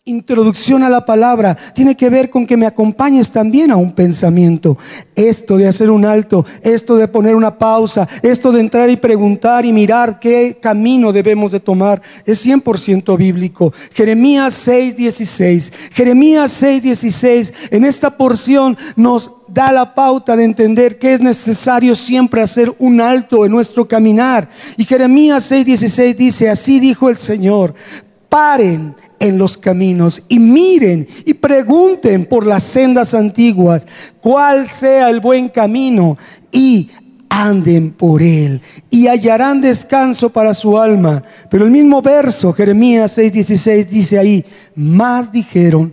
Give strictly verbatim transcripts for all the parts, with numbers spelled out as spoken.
introducción a la palabra tiene que ver con que me acompañes también a un pensamiento. Esto de hacer un alto, esto de poner una pausa, esto de entrar y preguntar y mirar qué camino debemos de tomar, es cien por ciento bíblico. Jeremías seis dieciséis. Jeremías seis dieciséis en esta porción nos da la pauta de entender que es necesario siempre hacer un alto en nuestro caminar. Y Jeremías seis dieciséis dice: así dijo el Señor, paren en los caminos y miren y pregunten por las sendas antiguas cuál sea el buen camino, y anden por él y hallarán descanso para su alma. Pero el mismo verso, Jeremías seis dieciséis, dice ahí: más dijeron,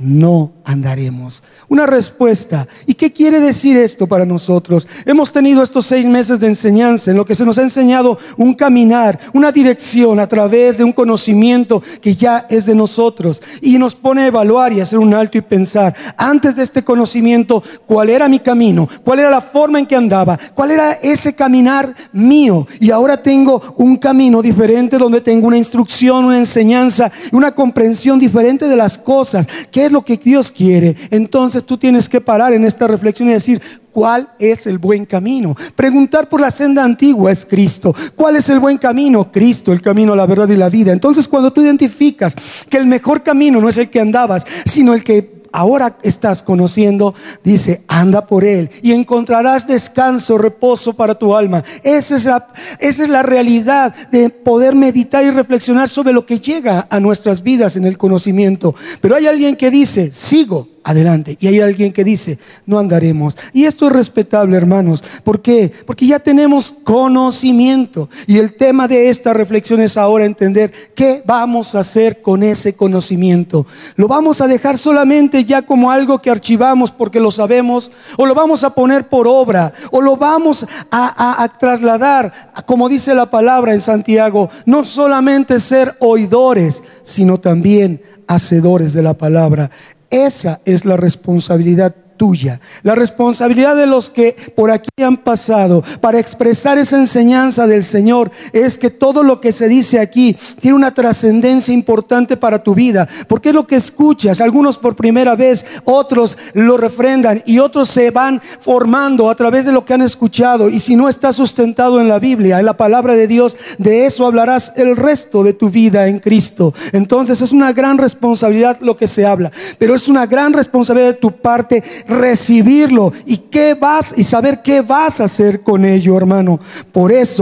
no andaremos. Una respuesta. ¿Y qué quiere decir esto para nosotros? Hemos tenido estos seis meses de enseñanza en lo que se nos ha enseñado un caminar, una dirección a través de un conocimiento que ya es de nosotros, y nos pone a evaluar y hacer un alto y pensar: antes de este conocimiento, ¿cuál era mi camino? ¿Cuál era la forma en que andaba? ¿Cuál era ese caminar mío? Y ahora tengo un camino diferente, donde tengo una instrucción, una enseñanza, una comprensión diferente de las cosas. ¿Qué es lo que Dios quiere? Entonces tú tienes que parar en esta reflexión y decir: ¿cuál es el buen camino? Preguntar por la senda antigua es Cristo. ¿Cuál es el buen camino? Cristo, el camino, la verdad y la vida. Entonces, cuando tú identificas que el mejor camino no es el que andabas, sino el que ahora estás conociendo, dice: anda por él y encontrarás descanso, reposo para tu alma. Esa es la, esa es la realidad de poder meditar y reflexionar sobre lo que llega a nuestras vidas en el conocimiento. Pero hay alguien que dice: sigo adelante, y hay alguien que dice: no andaremos. Y esto es respetable, hermanos. ¿Por qué? Porque ya tenemos conocimiento, y el tema de esta reflexión es ahora entender qué vamos a hacer con ese conocimiento. ¿Lo vamos a dejar solamente ya como algo que archivamos porque lo sabemos, o lo vamos a poner por obra, o lo vamos a, a, a trasladar, como dice la palabra en Santiago, no solamente ser oidores, sino también hacedores de la palabra? Esa es la responsabilidad tuya, la responsabilidad de los que por aquí han pasado para expresar esa enseñanza del Señor. Es que todo lo que se dice aquí tiene una trascendencia importante para tu vida, porque es lo que escuchas. Algunos por primera vez, otros lo refrendan, y otros se van formando a través de lo que han escuchado. Y si no está sustentado en la Biblia, en la palabra de Dios, de eso hablarás el resto de tu vida en Cristo. Entonces es una gran responsabilidad lo que se habla, pero es una gran responsabilidad de tu parte recibirlo y qué vas y saber qué vas a hacer con ello, hermano. Por eso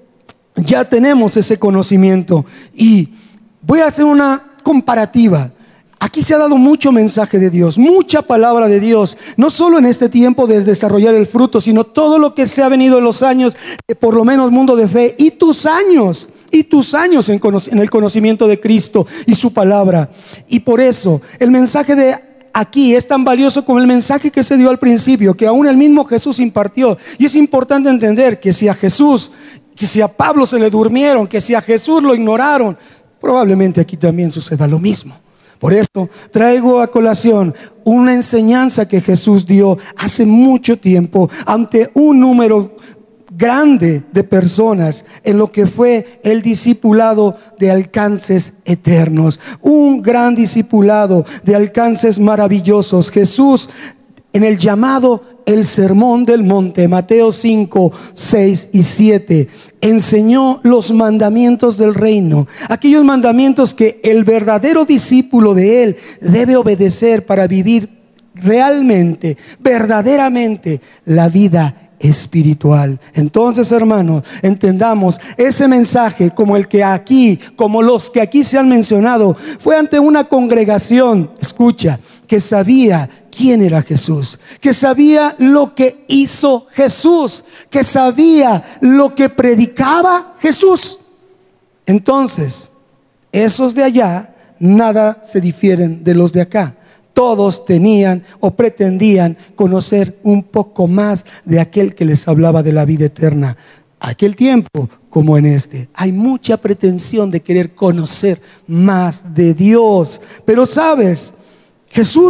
ya tenemos ese conocimiento, y voy a hacer una comparativa. Aquí se ha dado mucho mensaje de Dios, mucha palabra de Dios, no solo en este tiempo de desarrollar el fruto, sino todo lo que se ha venido en los años, eh, por lo menos Mundo de Fe, y tus años y tus años en, en el conocimiento de Cristo y su palabra. Y por eso el mensaje de aquí es tan valioso como el mensaje que se dio al principio, que aún el mismo Jesús impartió. Y es importante entender que si a Jesús, que si a Pablo se le durmieron, que si a Jesús lo ignoraron, probablemente aquí también suceda lo mismo. Por eso traigo a colación una enseñanza que Jesús dio hace mucho tiempo ante un número grande de personas, en lo que fue el discipulado de alcances eternos, un gran discipulado de alcances maravillosos. Jesús, en el llamado el Sermón del Monte, Mateo cinco, seis y siete, enseñó los mandamientos del reino, aquellos mandamientos que el verdadero discípulo de él debe obedecer para vivir realmente, verdaderamente la vida espiritual. Entonces, hermanos, entendamos ese mensaje como el que aquí, como los que aquí se han mencionado, fue ante una congregación, escucha, que sabía quién era Jesús, que sabía lo que hizo Jesús, que sabía lo que predicaba Jesús. Entonces, esos de allá nada se difieren de los de acá. Todos tenían o pretendían conocer un poco más de aquel que les hablaba de la vida eterna. Aquel tiempo como en este, hay mucha pretensión de querer conocer más de Dios. Pero sabes, Jesús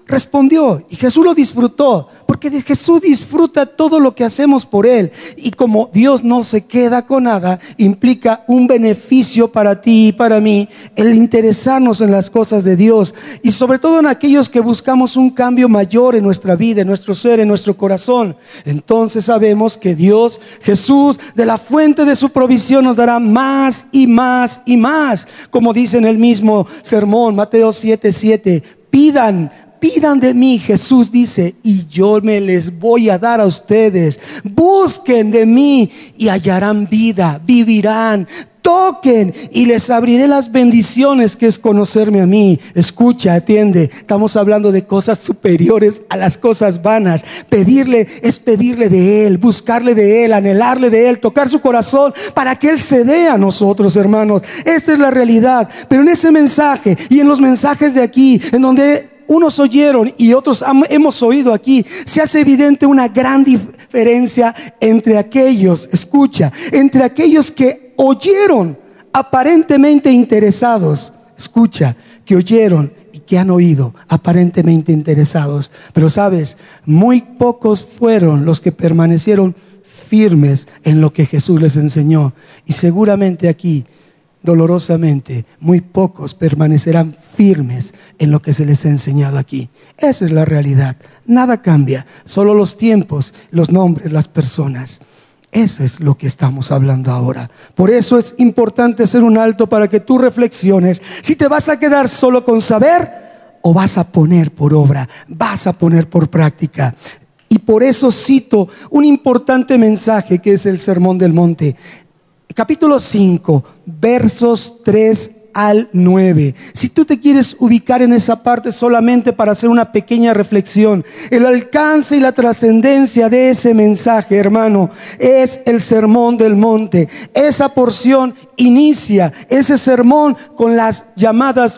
respondió y Jesús lo disfrutó, porque de Jesús disfruta todo lo que hacemos por Él. Y como Dios no se queda con nada, implica un beneficio para ti y para mí el interesarnos en las cosas de Dios, y sobre todo en aquellos que buscamos un cambio mayor en nuestra vida, en nuestro ser, en nuestro corazón. Entonces sabemos que Dios, Jesús, de la fuente de su provisión nos dará más y más y más, como dice en el mismo sermón, Mateo siete siete: pidan, pidan de mí, Jesús dice, y yo me les voy a dar a ustedes. Busquen de mí y hallarán vida, vivirán. Toquen y les abriré las bendiciones que es conocerme a mí. Escucha, atiende, estamos hablando de cosas superiores a las cosas vanas. Pedirle es pedirle de Él, buscarle de Él, anhelarle de Él, tocar su corazón para que Él se dé a nosotros, hermanos. Esta es la realidad. Pero en ese mensaje y en los mensajes de aquí, en donde unos oyeron y otros hemos oído aquí, se hace evidente una gran diferencia entre aquellos, escucha, entre aquellos que oyeron aparentemente interesados, escucha, que oyeron y que han oído aparentemente interesados. Pero sabes, muy pocos fueron los que permanecieron firmes en lo que Jesús les enseñó. Y seguramente aquí, dolorosamente, muy pocos permanecerán firmes en lo que se les ha enseñado aquí. Esa es la realidad. Nada cambia, solo los tiempos, los nombres, las personas. Eso es lo que estamos hablando ahora. Por eso es importante hacer un alto para que tú reflexiones si te vas a quedar solo con saber o vas a poner por obra, vas a poner por práctica. Y por eso cito un importante mensaje que es el Sermón del Monte. Capítulo cinco, versos tres al nueve. Si tú te quieres ubicar en esa parte solamente para hacer una pequeña reflexión, el alcance y la trascendencia de ese mensaje, hermano, es el Sermón del Monte. Esa porción inicia ese sermón con las llamadas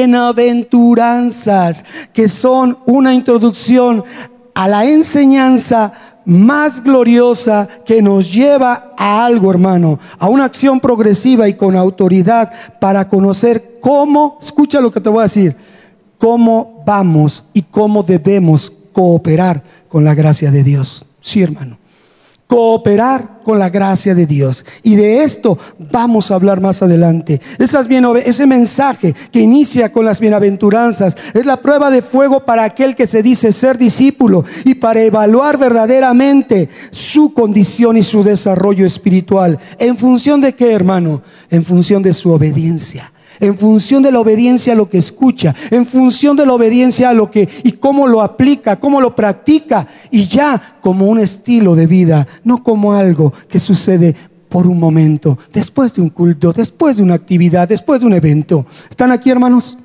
bienaventuranzas, que son una introducción a la enseñanza más gloriosa que nos lleva a algo, hermano, a una acción progresiva y con autoridad para conocer cómo, escucha lo que te voy a decir, cómo vamos y cómo debemos cooperar con la gracia de Dios. Sí, hermano, cooperar con la gracia de Dios. Y de esto vamos a hablar más adelante. Esas bien, ese mensaje que inicia con las bienaventuranzas es la prueba de fuego para aquel que se dice ser discípulo y para evaluar verdaderamente su condición y su desarrollo espiritual. ¿En función de qué, hermano? En función de su obediencia. En función de la obediencia a lo que escucha, en función de la obediencia a lo que y cómo lo aplica, cómo lo practica, y ya como un estilo de vida, no como algo que sucede por un momento, después de un culto, después de una actividad, después de un evento. ¿Están aquí, hermanos?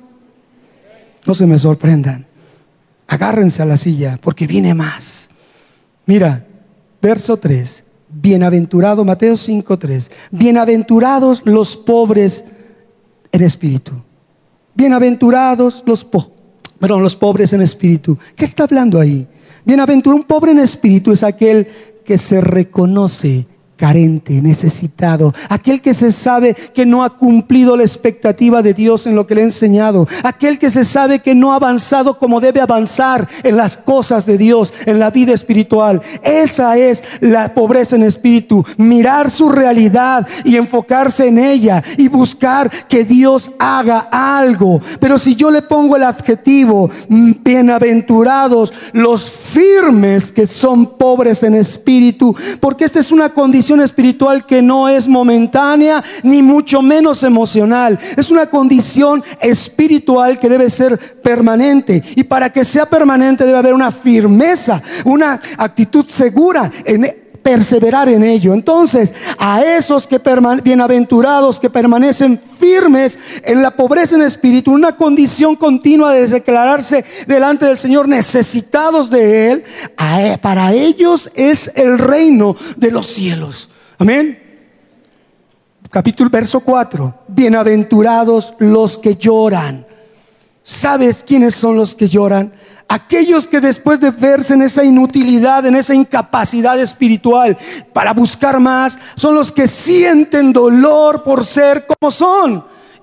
No se me sorprendan. Agárrense a la silla porque viene más. Mira, verso tres. Bienaventurado, Mateo cinco tres. Bienaventurados los pobres en espíritu. Bienaventurados los, po perdón, los pobres en espíritu. ¿Qué está hablando ahí? Bienaventurado, un pobre en espíritu es aquel que se reconoce carente, necesitado, aquel que se sabe que no ha cumplido la expectativa de Dios en lo que le ha enseñado, aquel que se sabe que no ha avanzado como debe avanzar en las cosas de Dios, en la vida espiritual. Esa es la pobreza en espíritu, mirar su realidad y enfocarse en ella y buscar que Dios haga algo. Pero si yo le pongo el adjetivo bienaventurados los firmes que son pobres en espíritu, porque esta es una condición espiritual que no es momentánea ni mucho menos emocional. Es una condición espiritual que debe ser permanente, y para que sea permanente debe haber una firmeza, una actitud segura en perseverar en ello. Entonces, a esos que bienaventurados que permanecen firmes en la pobreza en espíritu, una condición continua de declararse delante del Señor necesitados de Él, a, para ellos es el reino de los cielos. Amén. Capítulo, verso cuatro. Bienaventurados los que lloran. ¿Sabes quiénes son los que lloran? Aquellos que después de verse en esa inutilidad, en esa incapacidad espiritual para buscar más, son los que sienten dolor por ser como son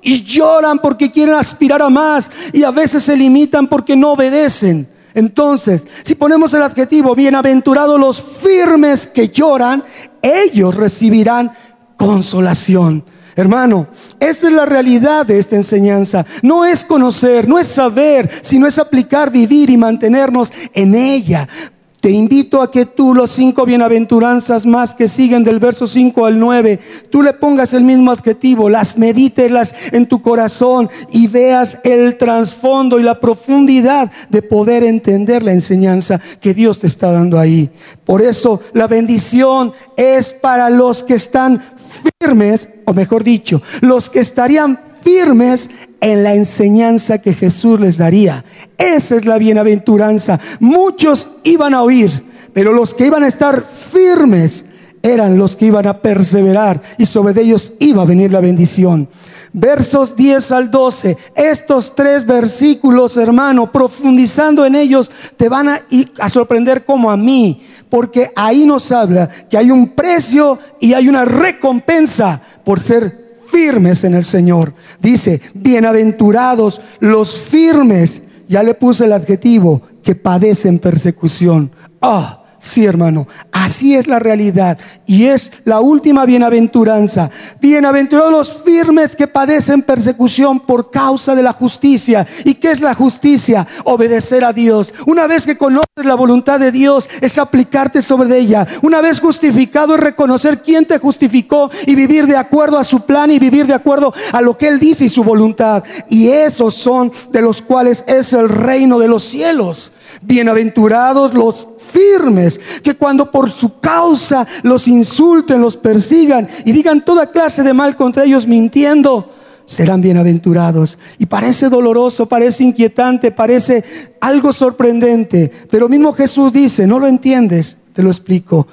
y lloran porque quieren aspirar a más y a veces se limitan porque no obedecen. Entonces, si ponemos el adjetivo, bienaventurados los firmes que lloran, ellos recibirán consolación. Hermano, esa es la realidad de esta enseñanza. No es conocer, no es saber, sino es aplicar, vivir y mantenernos en ella. Te invito a que tú los cinco bienaventuranzas más que siguen del verso cinco al nueve, tú le pongas el mismo adjetivo, las medítelas en tu corazón y veas el trasfondo y la profundidad de poder entender la enseñanza que Dios te está dando ahí. Por eso la bendición es para los que están firmes, o mejor dicho, los que estarían firmes en la enseñanza que Jesús les daría. Esa es la bienaventuranza. Muchos iban a oír, pero los que iban a estar firmes eran los que iban a perseverar, y sobre ellos iba a venir la bendición. Versos diez al doce, estos tres versículos, hermano, profundizando en ellos, te van a, a sorprender como a mí, porque ahí nos habla que hay un precio y hay una recompensa por ser firmes en el Señor. Dice, bienaventurados los firmes, ya le puse el adjetivo, que padecen persecución. Ah, sí, hermano, así es la realidad, y es la última bienaventuranza. Bienaventurados los firmes que padecen persecución por causa de la justicia. ¿Y qué es la justicia? Obedecer a Dios. Una vez que conoces la voluntad de Dios, es aplicarte sobre ella. Una vez justificado, es reconocer quién te justificó y vivir de acuerdo a su plan y vivir de acuerdo a lo que Él dice y su voluntad. Y esos son de los cuales es el reino de los cielos. Bienaventurados los firmes, que cuando por su causa los insulten, los persigan y digan toda clase de mal contra ellos mintiendo, serán bienaventurados. Y parece doloroso, parece inquietante, parece algo sorprendente, pero mismo Jesús dice, ¿no lo entiendes? Te lo explico.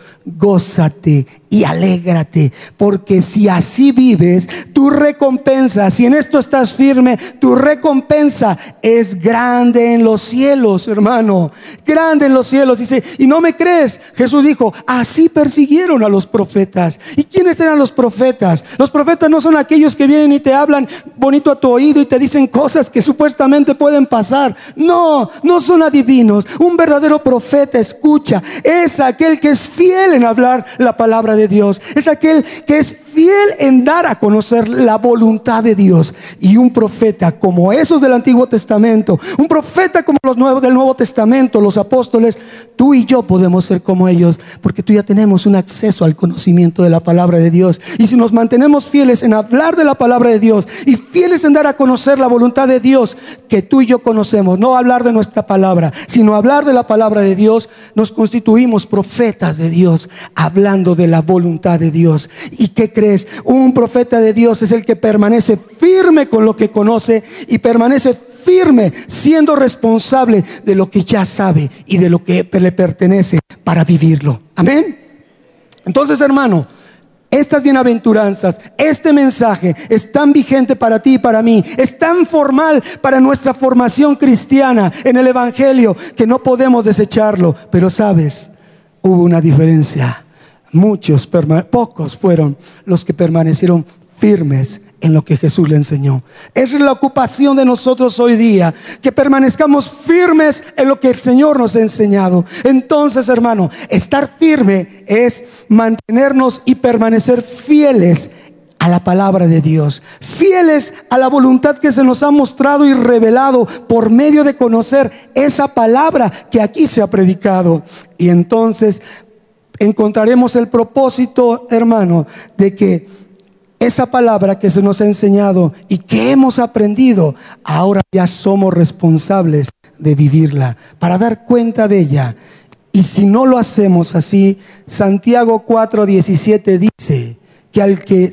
Gózate y alégrate, porque si así vives, tu recompensa, si en esto estás firme, tu recompensa es grande en los cielos, hermano. Grande en los cielos. Dice, ¿y no me crees? Jesús dijo, así persiguieron a los profetas. ¿Y quiénes eran los profetas? Los profetas no son aquellos que vienen y te hablan bonito a tu oído y te dicen cosas que supuestamente pueden pasar. No, no son adivinos. Un verdadero profeta escucha. Es aquel que es fiel en hablar la palabra de Dios. Es aquel que es fiel en dar a conocer la voluntad de Dios. Y un profeta como esos del Antiguo Testamento, un profeta como los nuevos del Nuevo Testamento, los apóstoles, tú y yo podemos ser como ellos, porque tú ya tenemos un acceso al conocimiento de la palabra de Dios. Y si nos mantenemos fieles en hablar de la palabra de Dios y fieles en dar a conocer la voluntad de Dios que tú y yo conocemos, no hablar de nuestra palabra, sino hablar de la palabra de Dios, nos constituimos profetas de Dios, hablando de la voluntad de Dios. ¿Y qué crees? Un profeta de Dios es el que permanece firme con lo que conoce y permanece firme siendo responsable de lo que ya sabe y de lo que le pertenece para vivirlo. Amén. Entonces, hermano, estas bienaventuranzas, este mensaje es tan vigente para ti y para mí, es tan formal para nuestra formación cristiana en el Evangelio que no podemos desecharlo. Pero sabes, hubo una diferencia. Muchos, pocos fueron los que permanecieron firmes en lo que Jesús le enseñó. Esa es la ocupación de nosotros hoy día, que permanezcamos firmes en lo que el Señor nos ha enseñado. Entonces, hermano, estar firme es mantenernos y permanecer fieles a la palabra de Dios, fieles a la voluntad que se nos ha mostrado y revelado por medio de conocer esa palabra que aquí se ha predicado. Y entonces encontraremos el propósito, hermano, de que esa palabra que se nos ha enseñado y que hemos aprendido, ahora ya somos responsables de vivirla, para dar cuenta de ella. Y si no lo hacemos así, Santiago cuatro diecisiete dice que al que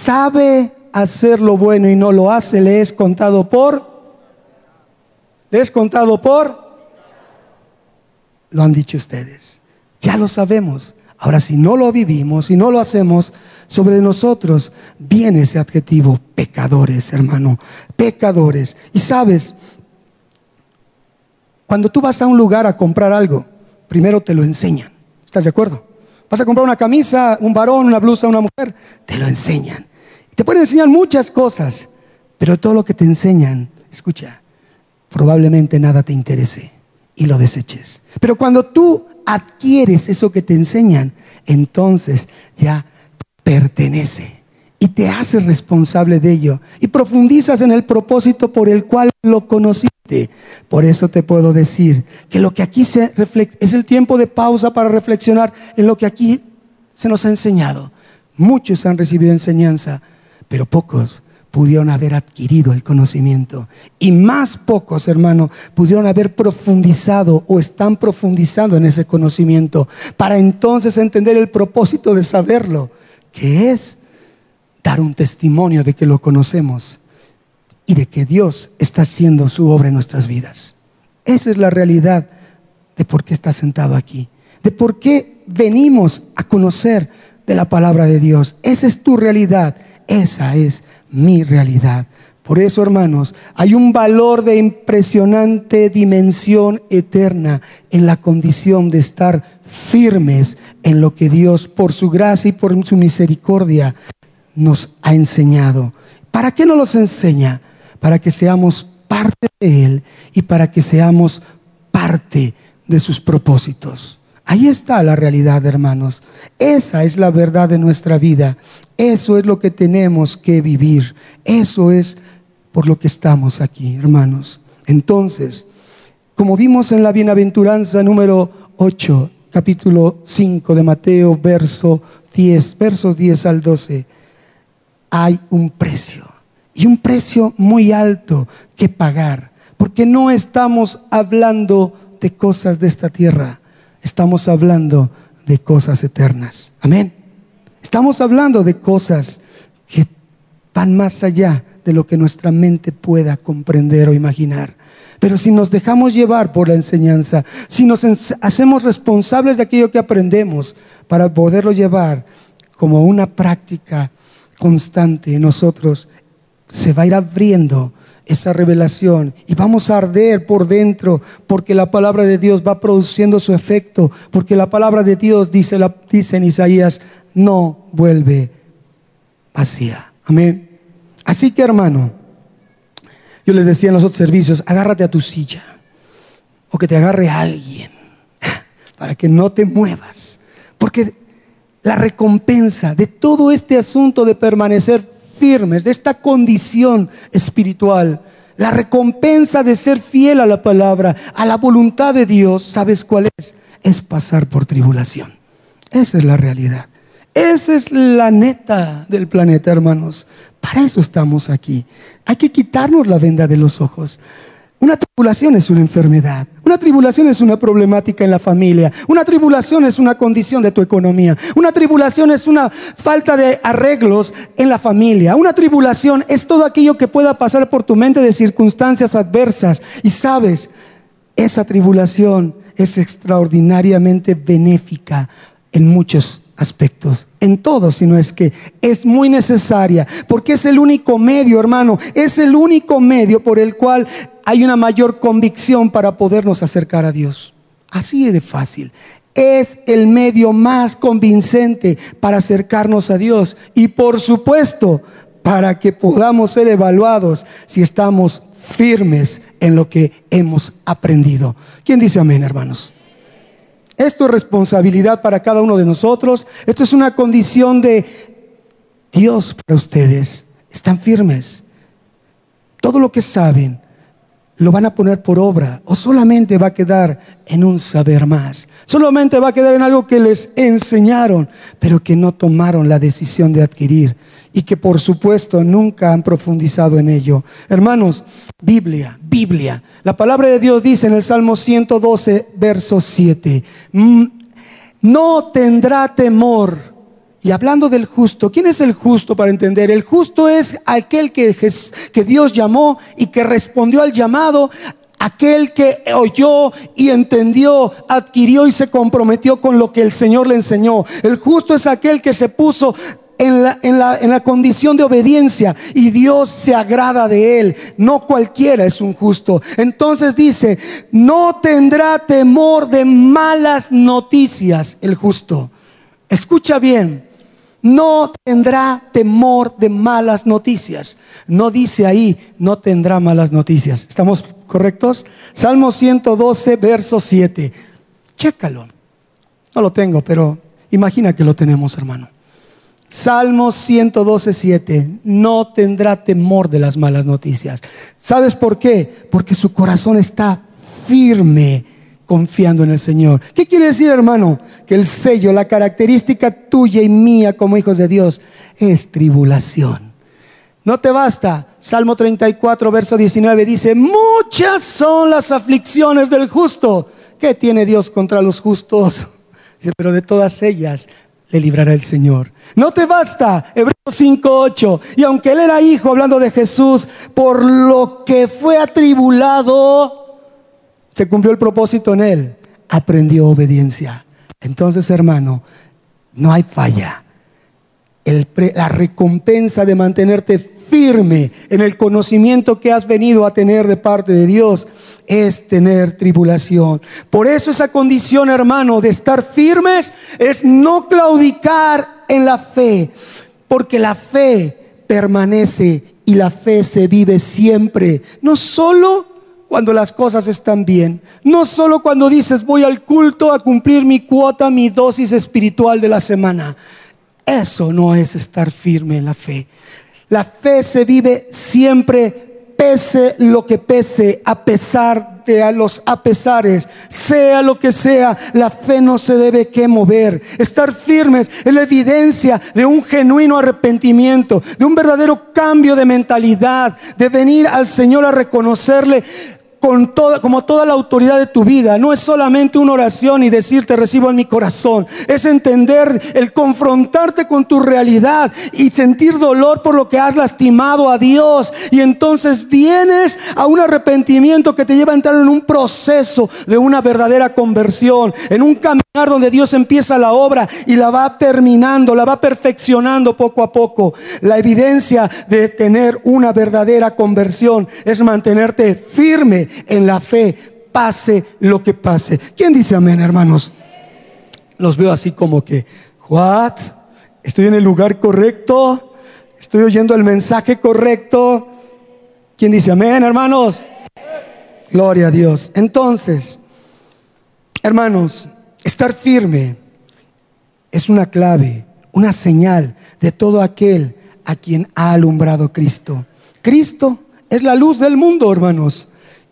sabe hacer lo bueno y no lo hace, le es contado por, le es contado por, lo han dicho ustedes. Ya lo sabemos. Ahora, si no lo vivimos, si no lo hacemos, sobre nosotros viene ese adjetivo, pecadores, hermano, pecadores. Y sabes, cuando tú vas a un lugar a comprar algo, primero te lo enseñan. ¿Estás de acuerdo? Vas a comprar una camisa, un varón, una blusa, una mujer, te lo enseñan. Te pueden enseñar muchas cosas, Pero todo lo que te enseñan, escucha, probablemente nada te interese y lo deseches. Pero cuando tú adquieres eso que te enseñan, entonces ya pertenece y te haces responsable de ello y profundizas en el propósito por el cual lo conociste. Por eso te puedo decir que lo que aquí se refleja es el tiempo de pausa para reflexionar en lo que aquí se nos ha enseñado. Muchos han recibido enseñanza, pero pocos pudieron haber adquirido el conocimiento. Y más pocos, hermano, pudieron haber profundizado o están profundizando en ese conocimiento para entonces entender el propósito de saberlo, que es dar un testimonio de que lo conocemos y de que Dios está haciendo su obra en nuestras vidas. Esa es la realidad de por qué estás sentado aquí, de por qué venimos a conocer de la palabra de Dios. Esa es tu realidad, esa es mi realidad. Por eso, hermanos, hay un valor de impresionante dimensión eterna en la condición de estar firmes en lo que Dios, por su gracia y por su misericordia, nos ha enseñado. ¿Para qué nos los enseña? Para que seamos parte de Él y para que seamos parte de sus propósitos. Ahí está la realidad, hermanos. Esa es la verdad de nuestra vida. Eso es lo que tenemos que vivir. Eso es por lo que estamos aquí, hermanos. Entonces, como vimos en la bienaventuranza número ocho, capítulo cinco de Mateo, verso diez, versos diez al doce, hay un precio, y un precio muy alto que pagar, porque no estamos hablando de cosas de esta tierra, estamos hablando de cosas eternas. Amén. Estamos hablando de cosas que van más allá de lo que nuestra mente pueda comprender o imaginar. Pero si nos dejamos llevar por la enseñanza, si nos hacemos responsables de aquello que aprendemos para poderlo llevar como una práctica constante en nosotros, se va a ir abriendo esa revelación y vamos a arder por dentro, porque la palabra de Dios va produciendo su efecto, porque la palabra de Dios, dice, la, dice en Isaías, no vuelve vacía. Amén. Así que, hermano, yo les decía en los otros servicios, agárrate a tu silla o que te agarre alguien para que no te muevas, porque la recompensa de todo este asunto de permanecer firmes, de esta condición espiritual, la recompensa de ser fiel a la palabra, a la voluntad de Dios, ¿sabes cuál es? Es pasar por tribulación. Esa es la realidad. Esa es la neta del planeta, hermanos. Para eso estamos aquí. Hay que quitarnos la venda de los ojos. Una tribulación es una enfermedad. Una tribulación es una problemática en la familia. Una tribulación es una condición de tu economía. Una tribulación es una falta de arreglos en la familia. Una tribulación es todo aquello que pueda pasar por tu mente de circunstancias adversas. Y sabes, esa tribulación es extraordinariamente benéfica en muchos aspectos, en todo, sino es que es muy necesaria, porque es el único medio, hermano, es el único medio por el cual hay una mayor convicción para podernos acercar a Dios. Así de fácil. Es el medio más convincente para acercarnos a Dios y, por supuesto, para que podamos ser evaluados si estamos firmes en lo que hemos aprendido. ¿Quién dice amén, hermanos? Esto es responsabilidad para cada uno de nosotros. Esto es una condición de Dios para ustedes. Están firmes. Todo lo que saben lo van a poner por obra, o solamente va a quedar en un saber más. Solamente va a quedar en algo que les enseñaron, pero que no tomaron la decisión de adquirir y que, por supuesto, nunca han profundizado en ello. Hermanos, Biblia, Biblia. La palabra de Dios dice en el Salmo ciento doce, verso siete, no tendrá temor. Y hablando del justo, ¿quién es el justo para entender? El justo es aquel que, que Dios llamó y que respondió al llamado, aquel que oyó y entendió, adquirió y se comprometió con lo que el Señor le enseñó. El justo es aquel que se puso en la, en la, en la condición de obediencia y Dios se agrada de él. No cualquiera es un justo. Entonces dice, no tendrá temor de malas noticias el justo. Escucha bien. no tendrá temor de malas noticias. No dice ahí, no tendrá malas noticias. ¿Estamos correctos? Salmo ciento doce, verso siete. Chécalo. No lo tengo, pero imagina que lo tenemos, hermano. Salmo ciento doce, siete. No tendrá temor de las malas noticias. ¿Sabes por qué? Porque su corazón está firme, confiando en el Señor. ¿Qué quiere decir, hermano? Que el sello, la característica tuya y mía como hijos de Dios es tribulación. No te basta. Salmo treinta y cuatro, verso diecinueve dice: muchas son las aflicciones del justo. ¿Qué tiene Dios contra los justos? Dice, pero de todas ellas le librará el Señor. No te basta. Hebreos cinco, ocho. Y aunque él era hijo, hablando de Jesús, por lo que fue atribulado, se cumplió el propósito en él, aprendió obediencia. Entonces, hermano, no hay falla. El pre, la recompensa de mantenerte firme en el conocimiento que has venido a tener de parte de Dios es tener tribulación. Por eso esa condición, hermano, de estar firmes es no claudicar en la fe, porque la fe permanece y la fe se vive siempre, no solo cuando las cosas están bien, no solo cuando dices voy al culto a cumplir mi cuota, mi dosis espiritual de la semana. Eso no es estar firme en la fe. La fe se vive siempre, pese lo que pese, a pesar de los apesares, sea lo que sea, la fe no se debe que mover. Estar firmes es la evidencia de un genuino arrepentimiento, de un verdadero cambio de mentalidad, de venir al Señor a reconocerle con toda, como toda la autoridad de tu vida. No es solamente una oración y decir te recibo en mi corazón. Es entender, el confrontarte con tu realidad y sentir dolor por lo que has lastimado a Dios. Y entonces vienes a un arrepentimiento que te lleva a entrar en un proceso de una verdadera conversión, en un caminar donde Dios empieza la obra y la va terminando, la va perfeccionando poco a poco. La evidencia de tener una verdadera conversión es mantenerte firme en la fe, pase lo que pase. ¿Quién dice amén, hermanos? Los veo así como que, what? ¿Estoy en el lugar correcto? ¿Estoy oyendo el mensaje correcto? ¿Quién dice amén, hermanos? Gloria a Dios. Entonces, hermanos, estar firme es una clave, una señal de todo aquel a quien ha alumbrado Cristo. Cristo es la luz del mundo, hermanos.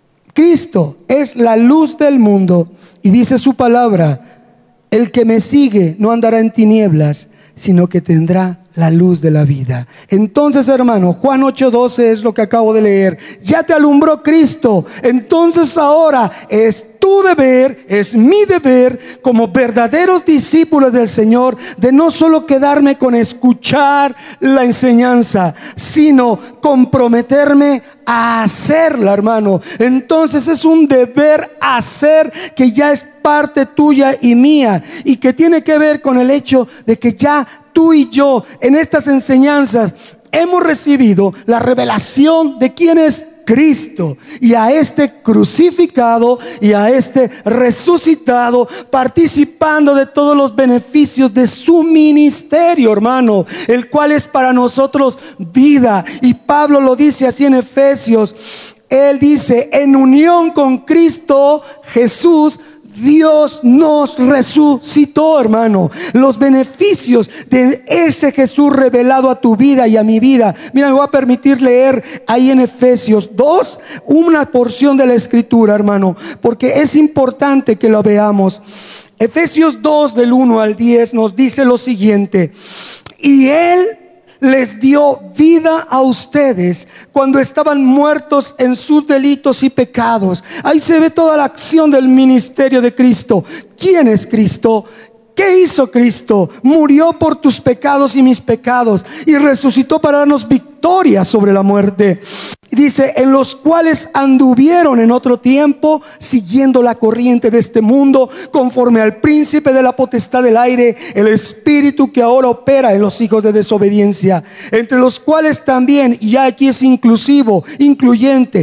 Cristo es la luz del mundo y dice su palabra: el que me sigue no andará en tinieblas, sino que tendrá la luz de la vida. Entonces, hermano, Juan ocho doce es lo que acabo de leer. Ya te alumbró Cristo. Entonces ahora es tu deber, es mi deber como verdaderos discípulos del Señor, de no solo quedarme con escuchar la enseñanza, sino comprometerme a hacerla, hermano. Entonces es un deber hacer que ya es parte tuya y mía, y que tiene que ver con el hecho de que ya tú y yo en estas enseñanzas hemos recibido la revelación de quién es Cristo, y a este crucificado y a este resucitado, participando de todos los beneficios de su ministerio, hermano, el cual es para nosotros vida. Y Pablo lo dice así en Efesios. Él dice: en unión con Cristo Jesús, Dios nos resucitó, hermano. Los beneficios de ese Jesús revelado a tu vida y a mi vida. Mira, me voy a permitir leer ahí en Efesios dos una porción de la escritura, hermano, porque es importante que lo veamos. Efesios dos del uno al diez nos dice lo siguiente: y Él les dio vida a ustedes cuando estaban muertos en sus delitos y pecados. Ahí se ve toda la acción del ministerio de Cristo. ¿Quién es Cristo? ¿Qué hizo Cristo? Murió por tus pecados y mis pecados y resucitó para darnos victoria sobre la muerte. Dice: en los cuales anduvieron en otro tiempo, siguiendo la corriente de este mundo, conforme al príncipe de la potestad del aire, el espíritu que ahora opera en los hijos de desobediencia, entre los cuales también, y aquí es inclusivo, incluyente,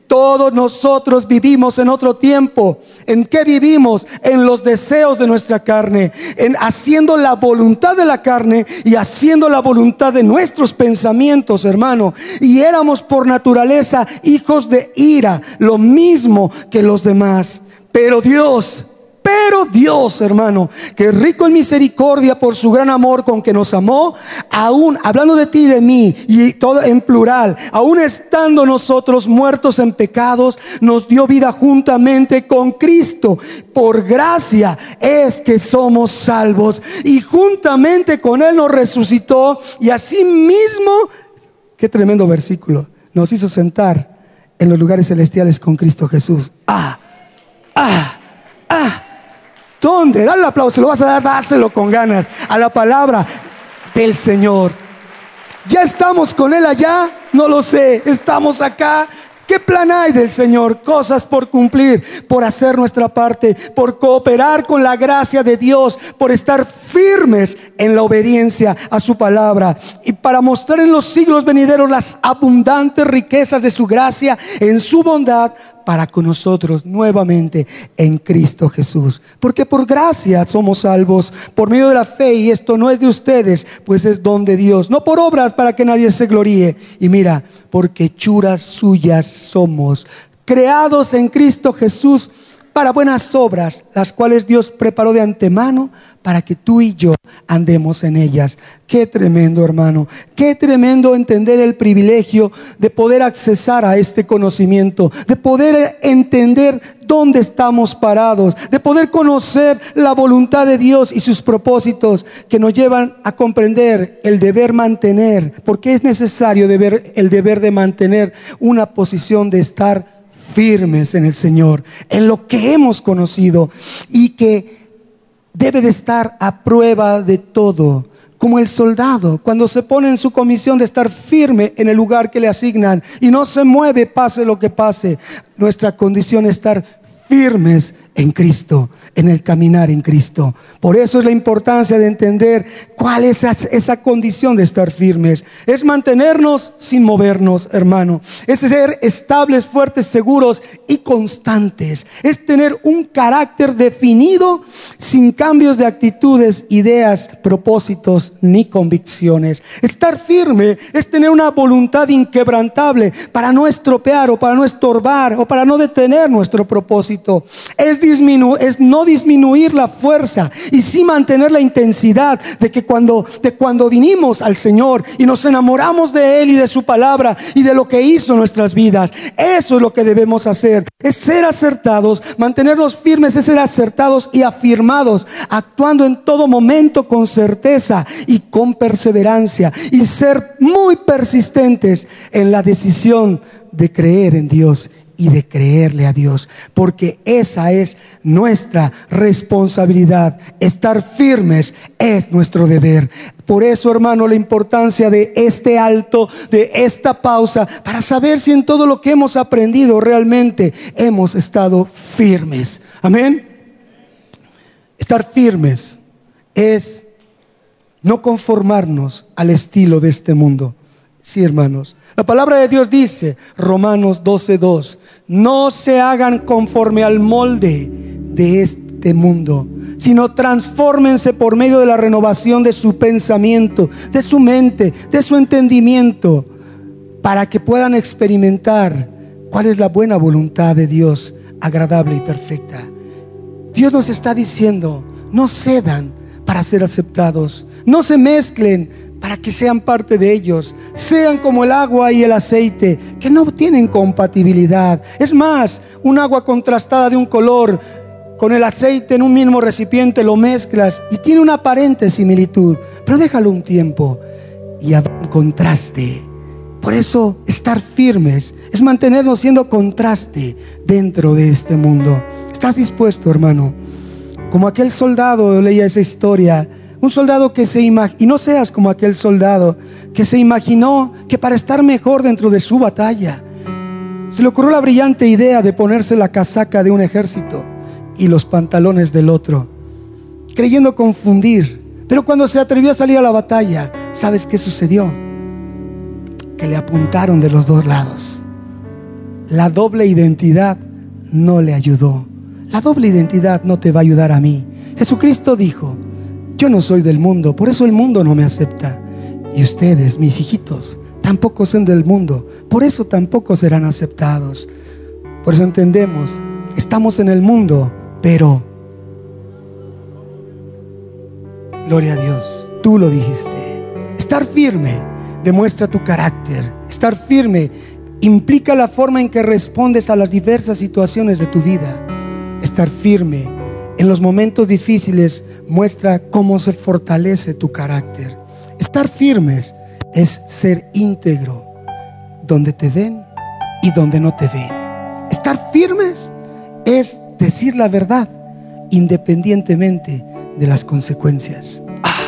Todos nosotros vivimos en otro tiempo. ¿En qué vivimos? En los deseos de nuestra carne, en haciendo la voluntad de la carne y haciendo la voluntad de nuestros pensamientos, hermano. Y éramos por naturaleza hijos de ira, lo mismo que los demás. Pero Dios, pero Dios, hermano, que es rico en misericordia por su gran amor con que nos amó, aún hablando de ti y de mí, y todo en plural, aún estando nosotros muertos en pecados, nos dio vida juntamente con Cristo. Por gracia es que somos salvos, y juntamente con Él nos resucitó, y asimismo, qué tremendo versículo, nos hizo sentar en los lugares celestiales con Cristo Jesús. Ah, ah, ah. ¿Dónde? Dale el aplauso, se lo vas a dar, dáselo con ganas a la palabra del Señor. ¿Ya estamos con Él allá? No lo sé, estamos acá. ¿Qué plan hay del Señor? Cosas por cumplir, por hacer nuestra parte, por cooperar con la gracia de Dios, por estar firmes en la obediencia a su palabra, y para mostrar en los siglos venideros las abundantes riquezas de su gracia en su bondad para con nosotros nuevamente en Cristo Jesús. Porque por gracia somos salvos por medio de la fe, y esto no es de ustedes, pues es don de Dios, no por obras para que nadie se gloríe. Y mira, porque hechuras suyas somos, creados en Cristo Jesús para buenas obras, las cuales Dios preparó de antemano para que tú y yo andemos en ellas. Qué tremendo, hermano, qué tremendo entender el privilegio de poder accesar a este conocimiento, de poder entender dónde estamos parados, de poder conocer la voluntad de Dios y sus propósitos, que nos llevan a comprender el deber mantener, porque es necesario deber, el deber de mantener una posición de estar firmes en el Señor, en lo que hemos conocido, y que debe de estar a prueba de todo, como el soldado cuando se pone en su comisión de estar firme en el lugar que le asignan y no se mueve pase lo que pase. Nuestra condición es estar firmes en Cristo, en el caminar en Cristo. Por eso es la importancia de entender cuál es esa, esa condición de estar firmes. Es mantenernos sin movernos, hermano. Es ser estables, fuertes, seguros y constantes. Es tener un carácter definido sin cambios de actitudes, ideas, propósitos ni convicciones. Estar firme es tener una voluntad inquebrantable para no estropear o para no estorbar o para no detener nuestro propósito. Es Disminu- es no disminuir la fuerza y sí mantener la intensidad de que cuando, de cuando vinimos al Señor y nos enamoramos de Él y de su palabra y de lo que hizo en nuestras vidas. Eso es lo que debemos hacer, es ser acertados, mantenernos firmes, es ser acertados y afirmados, actuando en todo momento con certeza y con perseverancia, y ser muy persistentes en la decisión de creer en Dios y de creerle a Dios, porque esa es nuestra responsabilidad. Estar firmes es nuestro deber. Por eso, hermano, la importancia de este alto, de esta pausa, para saber si en todo lo que hemos aprendido realmente hemos estado firmes. Amén. Estar firmes es no conformarnos al estilo de este mundo. Sí, hermanos, la palabra de Dios dice, Romanos doce dos, no se hagan conforme al molde de este mundo, sino transfórmense por medio de la renovación de su pensamiento, de su mente, de su entendimiento, para que puedan experimentar cuál es la buena voluntad de Dios, agradable y perfecta. Dios nos está diciendo, no cedan para ser aceptados, no se mezclen para que sean parte de ellos, sean como el agua y el aceite, que no tienen compatibilidad. Es más, un agua contrastada de un color con el aceite en un mismo recipiente, lo mezclas y tiene una aparente similitud, pero déjalo un tiempo y habrá un contraste. Por eso estar firmes es mantenernos siendo contraste dentro de este mundo. ¿Estás dispuesto, hermano? Como aquel soldado, leía esa historia, un soldado que se imaginó, y no seas como aquel soldado que se imaginó que para estar mejor dentro de su batalla, se le ocurrió la brillante idea de ponerse la casaca de un ejército y los pantalones del otro, creyendo confundir. Pero cuando se atrevió a salir a la batalla, ¿sabes qué sucedió? Que le apuntaron de los dos lados. la doble identidad no le ayudó. La doble identidad no te va a ayudar a mí. Jesucristo dijo: yo no soy del mundo, por eso el mundo no me acepta. Y ustedes, mis hijitos, tampoco son del mundo, por eso tampoco serán aceptados. Por eso entendemos, estamos en el mundo, pero gloria a Dios, tú lo dijiste. Estar firme demuestra tu carácter. Estar firme implica la forma en que respondes a las diversas situaciones de tu vida. Estar firme en los momentos difíciles muestra cómo se fortalece tu carácter. Estar firmes es ser íntegro donde te ven y donde no te ven. Estar firmes es decir la verdad independientemente de las consecuencias. ¡Ah!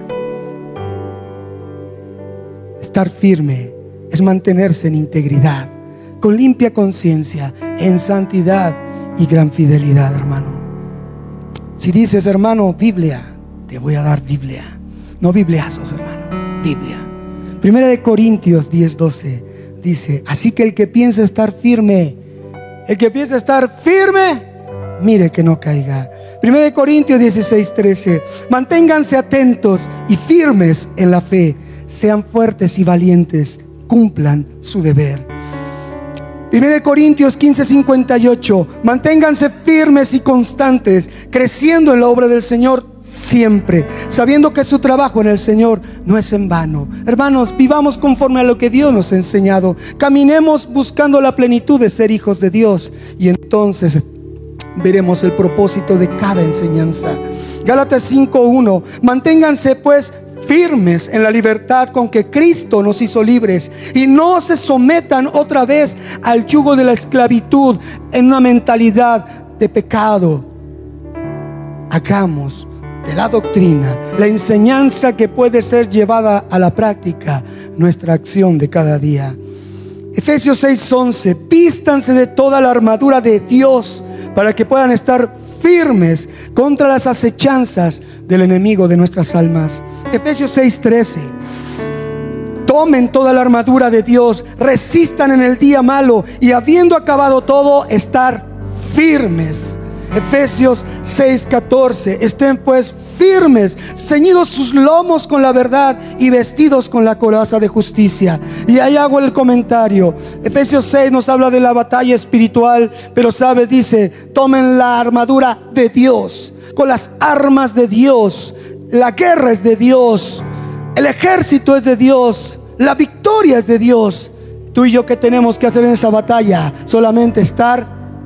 Estar firme es mantenerse en integridad, con limpia conciencia, en santidad y gran fidelidad, hermano. Si dices, hermano, Biblia, te voy a dar Biblia. No bibliazos, hermano, Biblia. Primera de Corintios diez doce dice: así que el que piensa estar firme, el que piensa estar firme, mire que no caiga. Primera de Corintios dieciséis trece: manténganse atentos y firmes en la fe, sean fuertes y valientes, cumplan su deber. Primera de Corintios quince cincuenta y ocho: manténganse firmes y constantes, creciendo en la obra del Señor siempre, sabiendo que su trabajo en el Señor no es en vano. Hermanos, vivamos conforme a lo que Dios nos ha enseñado. Caminemos buscando la plenitud de ser hijos de Dios, y entonces veremos el propósito de cada enseñanza. Gálatas cinco uno: manténganse pues firmes en la libertad con que Cristo nos hizo libres, y no se sometan otra vez al yugo de la esclavitud en una mentalidad de pecado. Hagamos de la doctrina, la enseñanza que puede ser llevada a la práctica, nuestra acción de cada día. Efesios seis once: vístanse de toda la armadura de Dios para que puedan estar firmes contra las acechanzas del enemigo de nuestras almas. Efesios seis trece: tomen toda la armadura de Dios, resistan en el día malo, y habiendo acabado todo, estar firmes. Efesios seis catorce: estén pues firmes, ceñidos sus lomos con la verdad y vestidos con la coraza de justicia. Y ahí hago el comentario. Efesios seis nos habla de la batalla espiritual, pero sabes, dice: tomen la armadura de Dios, con las armas de Dios. La guerra es de Dios, el ejército es de Dios, la victoria es de Dios. Tú y yo, ¿qué tenemos que hacer en esa batalla? Solamente estar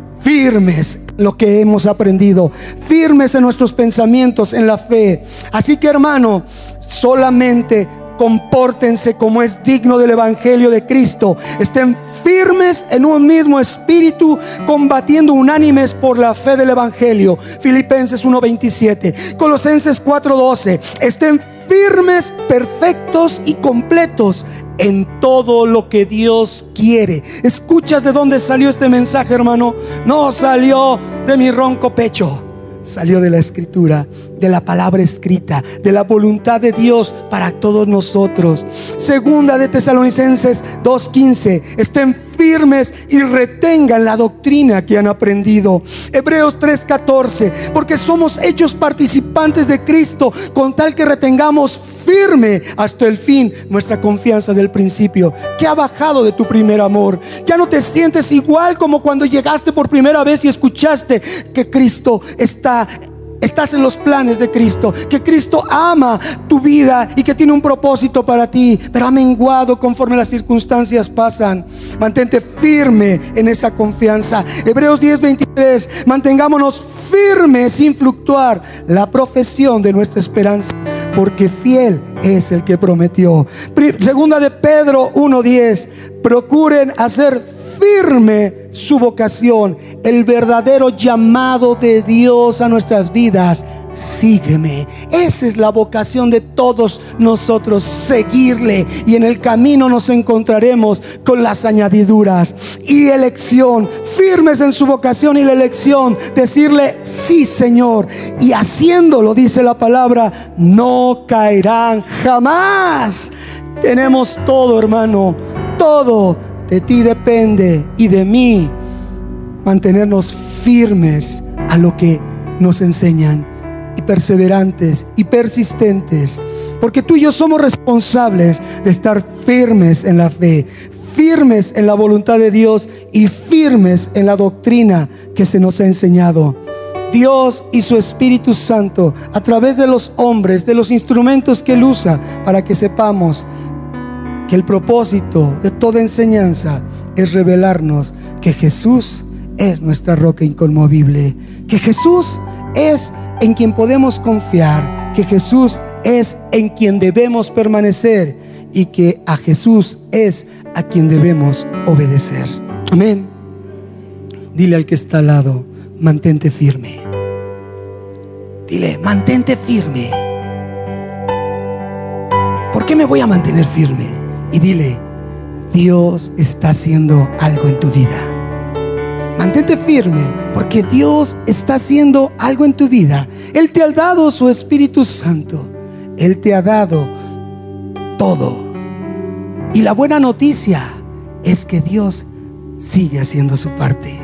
firmes en lo que hemos aprendido, firmes en nuestros pensamientos, en la fe. Así que, hermano, solamente compórtense como es digno del evangelio de Cristo. Estén firmes en un mismo espíritu, combatiendo unánimes por la fe del evangelio. Filipenses uno veintisiete, Colosenses cuatro doce: estén firmes, perfectos y completos en todo lo que Dios quiere. ¿Escuchas de dónde salió este mensaje, hermano? No salió de mi ronco pecho, salió de la escritura, de la palabra escrita, de la voluntad de Dios para todos nosotros. Segunda de Tesalonicenses dos quince: estén firmes y retengan la doctrina que han aprendido. Hebreos tres catorce: porque somos hechos participantes de Cristo, con tal que retengamos firme hasta el fin nuestra confianza del principio. ¿Qué ha bajado de tu primer amor? Ya no te sientes igual como cuando llegaste por primera vez y escuchaste que Cristo está Estás en los planes de Cristo, que Cristo ama tu vida y que tiene un propósito para ti, pero ha menguado conforme las circunstancias pasan. Mantente firme en esa confianza. Hebreos diez veintitrés: mantengámonos firmes sin fluctuar la profesión de nuestra esperanza, porque fiel es el que prometió. Segunda de Pedro uno diez: procuren hacer firme su vocación, el verdadero llamado de Dios a nuestras vidas. Sígueme. Esa es la vocación de todos nosotros, seguirle, y en el camino nos encontraremos con las añadiduras. Y elección, firmes en su vocación y la elección, decirle sí, Señor, y haciéndolo, dice la palabra, no caerán jamás. Tenemos todo, hermano, todo De ti depende y de mí mantenernos firmes a lo que nos enseñan, y perseverantes y persistentes, porque tú y yo somos responsables de estar firmes en la fe, firmes en la voluntad de Dios y firmes en la doctrina que se nos ha enseñado. Dios y su Espíritu Santo, a través de los hombres, de los instrumentos que Él usa, para que sepamos que el propósito de toda enseñanza es revelarnos que Jesús es nuestra roca inconmovible, que Jesús es en quien podemos confiar, que Jesús es en quien debemos permanecer y que a Jesús es a quien debemos obedecer. Amén. Dile al que está al lado: mantente firme. Dile: mantente firme. ¿Por qué me voy a mantener firme? Y dile: Dios está haciendo algo en tu vida. Mantente firme, porque Dios está haciendo algo en tu vida. Él te ha dado su Espíritu Santo. Él te ha dado todo. Y la buena noticia es que Dios sigue haciendo su parte.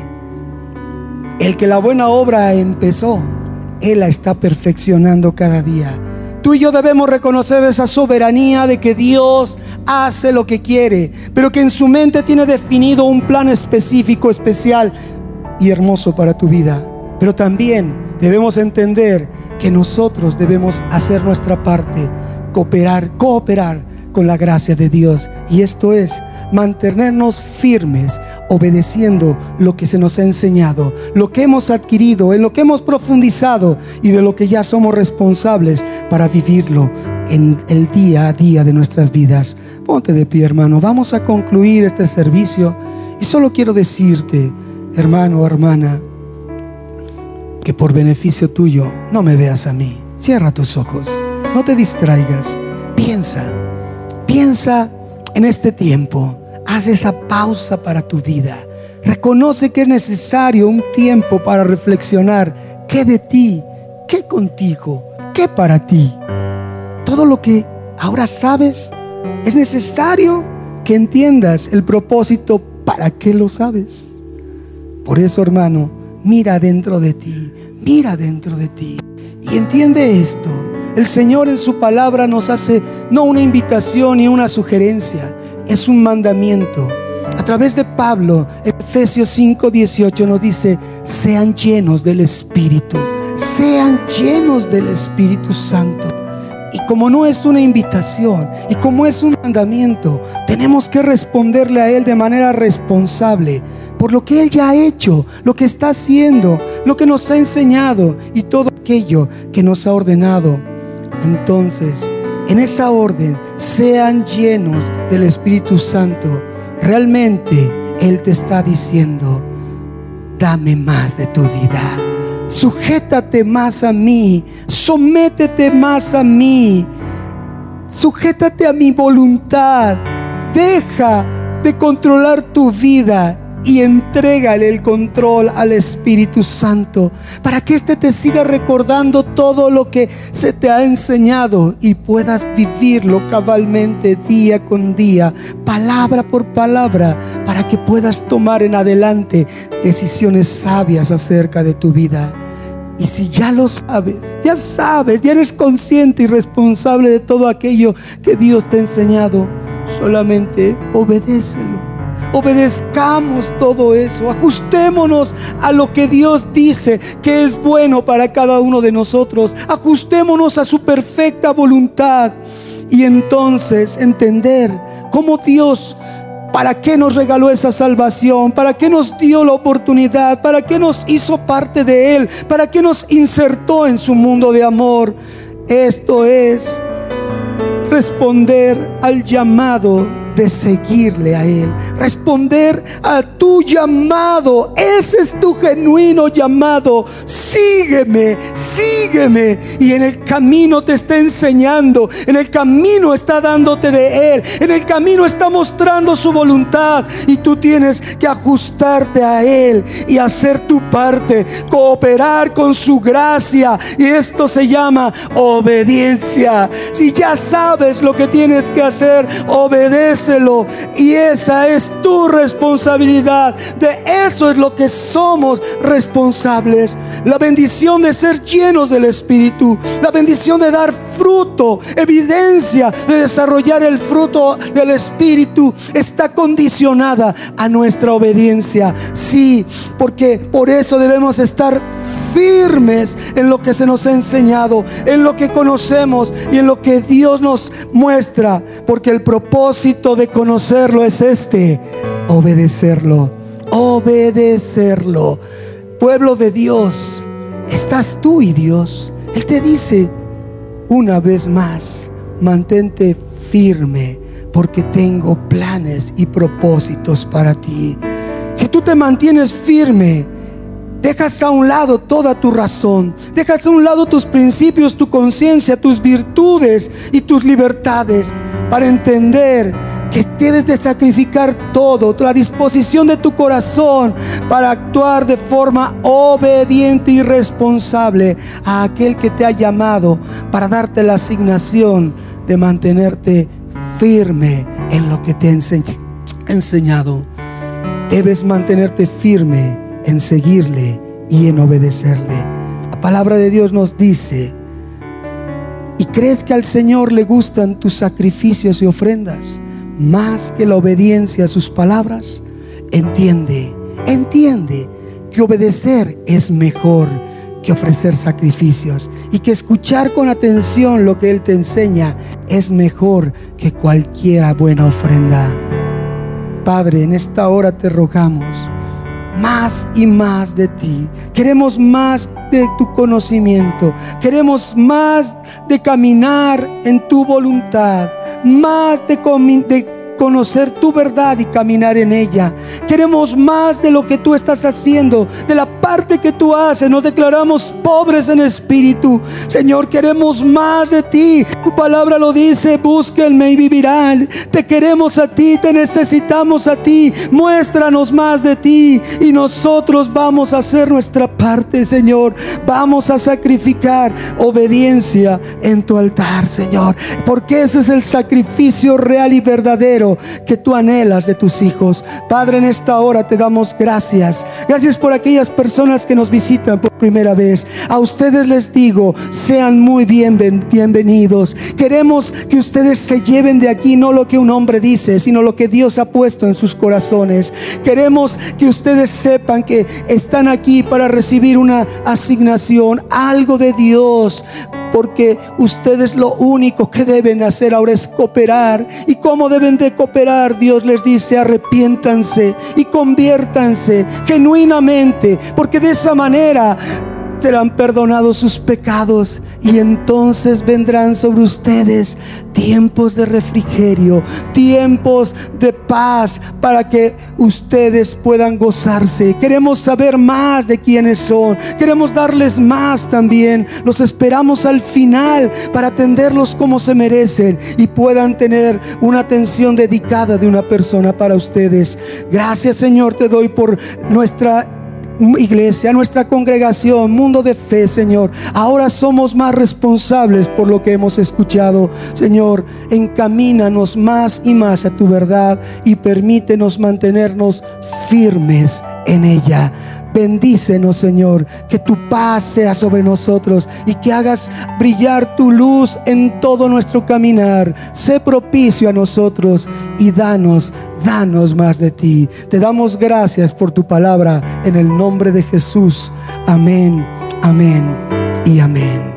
El que la buena obra empezó, Él la está perfeccionando cada día. Tú y yo debemos reconocer esa soberanía de que Dios hace lo que quiere, pero que en su mente tiene definido un plan específico, especial y hermoso para tu vida. Pero también debemos entender que nosotros debemos hacer nuestra parte, cooperar, cooperar con la gracia de Dios. Y esto es mantenernos firmes, obedeciendo lo que se nos ha enseñado, lo que hemos adquirido, en lo que hemos profundizado y de lo que ya somos responsables para vivirlo en el día a día de nuestras vidas. Ponte de pie, hermano. Vamos a concluir este servicio y solo quiero decirte, hermano o hermana, que por beneficio tuyo no me veas a mí. Cierra tus ojos, no te distraigas, piensa, piensa en este tiempo. Haz esa pausa para tu vida. Reconoce que es necesario un tiempo para reflexionar qué de ti, qué contigo, qué para ti. Todo lo que ahora sabes, es necesario que entiendas el propósito para qué lo sabes. Por eso, hermano, mira dentro de ti, mira dentro de ti y entiende esto. El Señor en su palabra nos hace no una invitación ni una sugerencia, es un mandamiento. A través de Pablo, Efesios cinco dieciocho nos dice: sean llenos del Espíritu, sean llenos del Espíritu Santo. Y como no es una invitación y como es un mandamiento, tenemos que responderle a Él de manera responsable por lo que Él ya ha hecho, lo que está haciendo, lo que nos ha enseñado y todo aquello que nos ha ordenado. Entonces, en esa orden, sean llenos del Espíritu Santo. Realmente Él te está diciendo: dame más de tu vida, sujétate más a mí, sométete más a mí, sujétate a mi voluntad, deja de controlar tu vida y entrégale el control al Espíritu Santo para que éste te siga recordando todo lo que se te ha enseñado y puedas vivirlo cabalmente día con día, palabra por palabra, para que puedas tomar en adelante decisiones sabias acerca de tu vida. Y si ya lo sabes, ya sabes, ya eres consciente y responsable de todo aquello que Dios te ha enseñado, solamente obedécelo. Obedezcamos todo eso, ajustémonos a lo que Dios dice que es bueno para cada uno de nosotros, ajustémonos a su perfecta voluntad y entonces entender cómo Dios, para qué nos regaló esa salvación, para qué nos dio la oportunidad, para qué nos hizo parte de Él, para qué nos insertó en su mundo de amor. Esto es responder al llamado de seguirle a Él, responder a tu llamado. Ese es tu genuino llamado. Sígueme, sígueme. Y en el camino te está enseñando, en el camino está dándote de Él, en el camino está mostrando su voluntad, y tú tienes que ajustarte a Él y hacer tu parte, cooperar con su gracia. Y esto se llama obediencia. Si ya sabes lo que tienes que hacer, obedece. obedécelo. Y esa es tu responsabilidad. De eso es lo que somos responsables. La bendición de ser llenos del Espíritu, la bendición de dar fruto, evidencia de desarrollar el fruto del Espíritu, está condicionada a nuestra obediencia. Sí, porque por eso debemos estar firmes en lo que se nos ha enseñado, en lo que conocemos y en lo que Dios nos muestra, porque el propósito de conocerlo es este: obedecerlo, obedecerlo. Pueblo de Dios, estás tú y Dios. Él te dice una vez más: mantente firme, porque tengo planes y propósitos para ti. Si tú te mantienes firme, dejas a un lado toda tu razón, dejas a un lado tus principios, tu conciencia, tus virtudes y tus libertades, para entender que debes de sacrificar todo, la disposición de tu corazón, para actuar de forma obediente y responsable a aquel que te ha llamado, para darte la asignación de mantenerte firme en lo que te he enseñado. Debes mantenerte firme en seguirle y en obedecerle. La palabra de Dios nos dice: ¿y crees que al Señor le gustan tus sacrificios y ofrendas más que la obediencia a sus palabras? Entiende, entiende que obedecer es mejor que ofrecer sacrificios, y que escuchar con atención lo que Él te enseña es mejor que cualquier buena ofrenda. Padre, en esta hora te rogamos más y más de ti. Queremos más de tu conocimiento, queremos más de caminar en tu voluntad, más de, de conocer tu verdad y caminar en ella. Queremos más de lo que tú estás haciendo, de la parte que tú haces. Nos declaramos pobres en espíritu, Señor. Queremos más de ti. Tu palabra lo dice: búsquenme y vivirán. Te queremos a ti, te necesitamos a ti. Muéstranos más de ti y nosotros vamos a hacer nuestra parte, Señor. Vamos a sacrificar obediencia en tu altar, Señor, porque ese es el sacrificio real y verdadero que tú anhelas de tus hijos. Padre, en esta hora te damos gracias. Gracias por aquellas personas que nos visitan por primera vez. A ustedes les digo: sean muy bien, bienvenidos. Queremos que ustedes se lleven de aquí no lo que un hombre dice, sino lo que Dios ha puesto en sus corazones. Queremos que ustedes sepan que están aquí para recibir una asignación, algo de Dios, porque ustedes lo único que deben hacer ahora es cooperar. ¿Y cómo deben de cooperar? Dios les dice: arrepiéntanse y conviértanse genuinamente, porque de esa manera serán perdonados sus pecados, y entonces vendrán sobre ustedes tiempos de refrigerio, tiempos de paz, para que ustedes puedan gozarse. Queremos saber más de quiénes son, queremos darles más también. Los esperamos al final para atenderlos como se merecen y puedan tener una atención dedicada de una persona para ustedes. Gracias, Señor, te doy por nuestra iglesia, nuestra congregación, Mundo de Fe, Señor. Ahora somos más responsables por lo que hemos escuchado, Señor. Encamínanos más y más a tu verdad y permítenos mantenernos firmes en ella. Bendícenos, Señor, que tu paz sea sobre nosotros y que hagas brillar tu luz en todo nuestro caminar. Sé propicio a nosotros y danos, danos más de ti. Te damos gracias por tu palabra en el nombre de Jesús. Amén, amén y amén.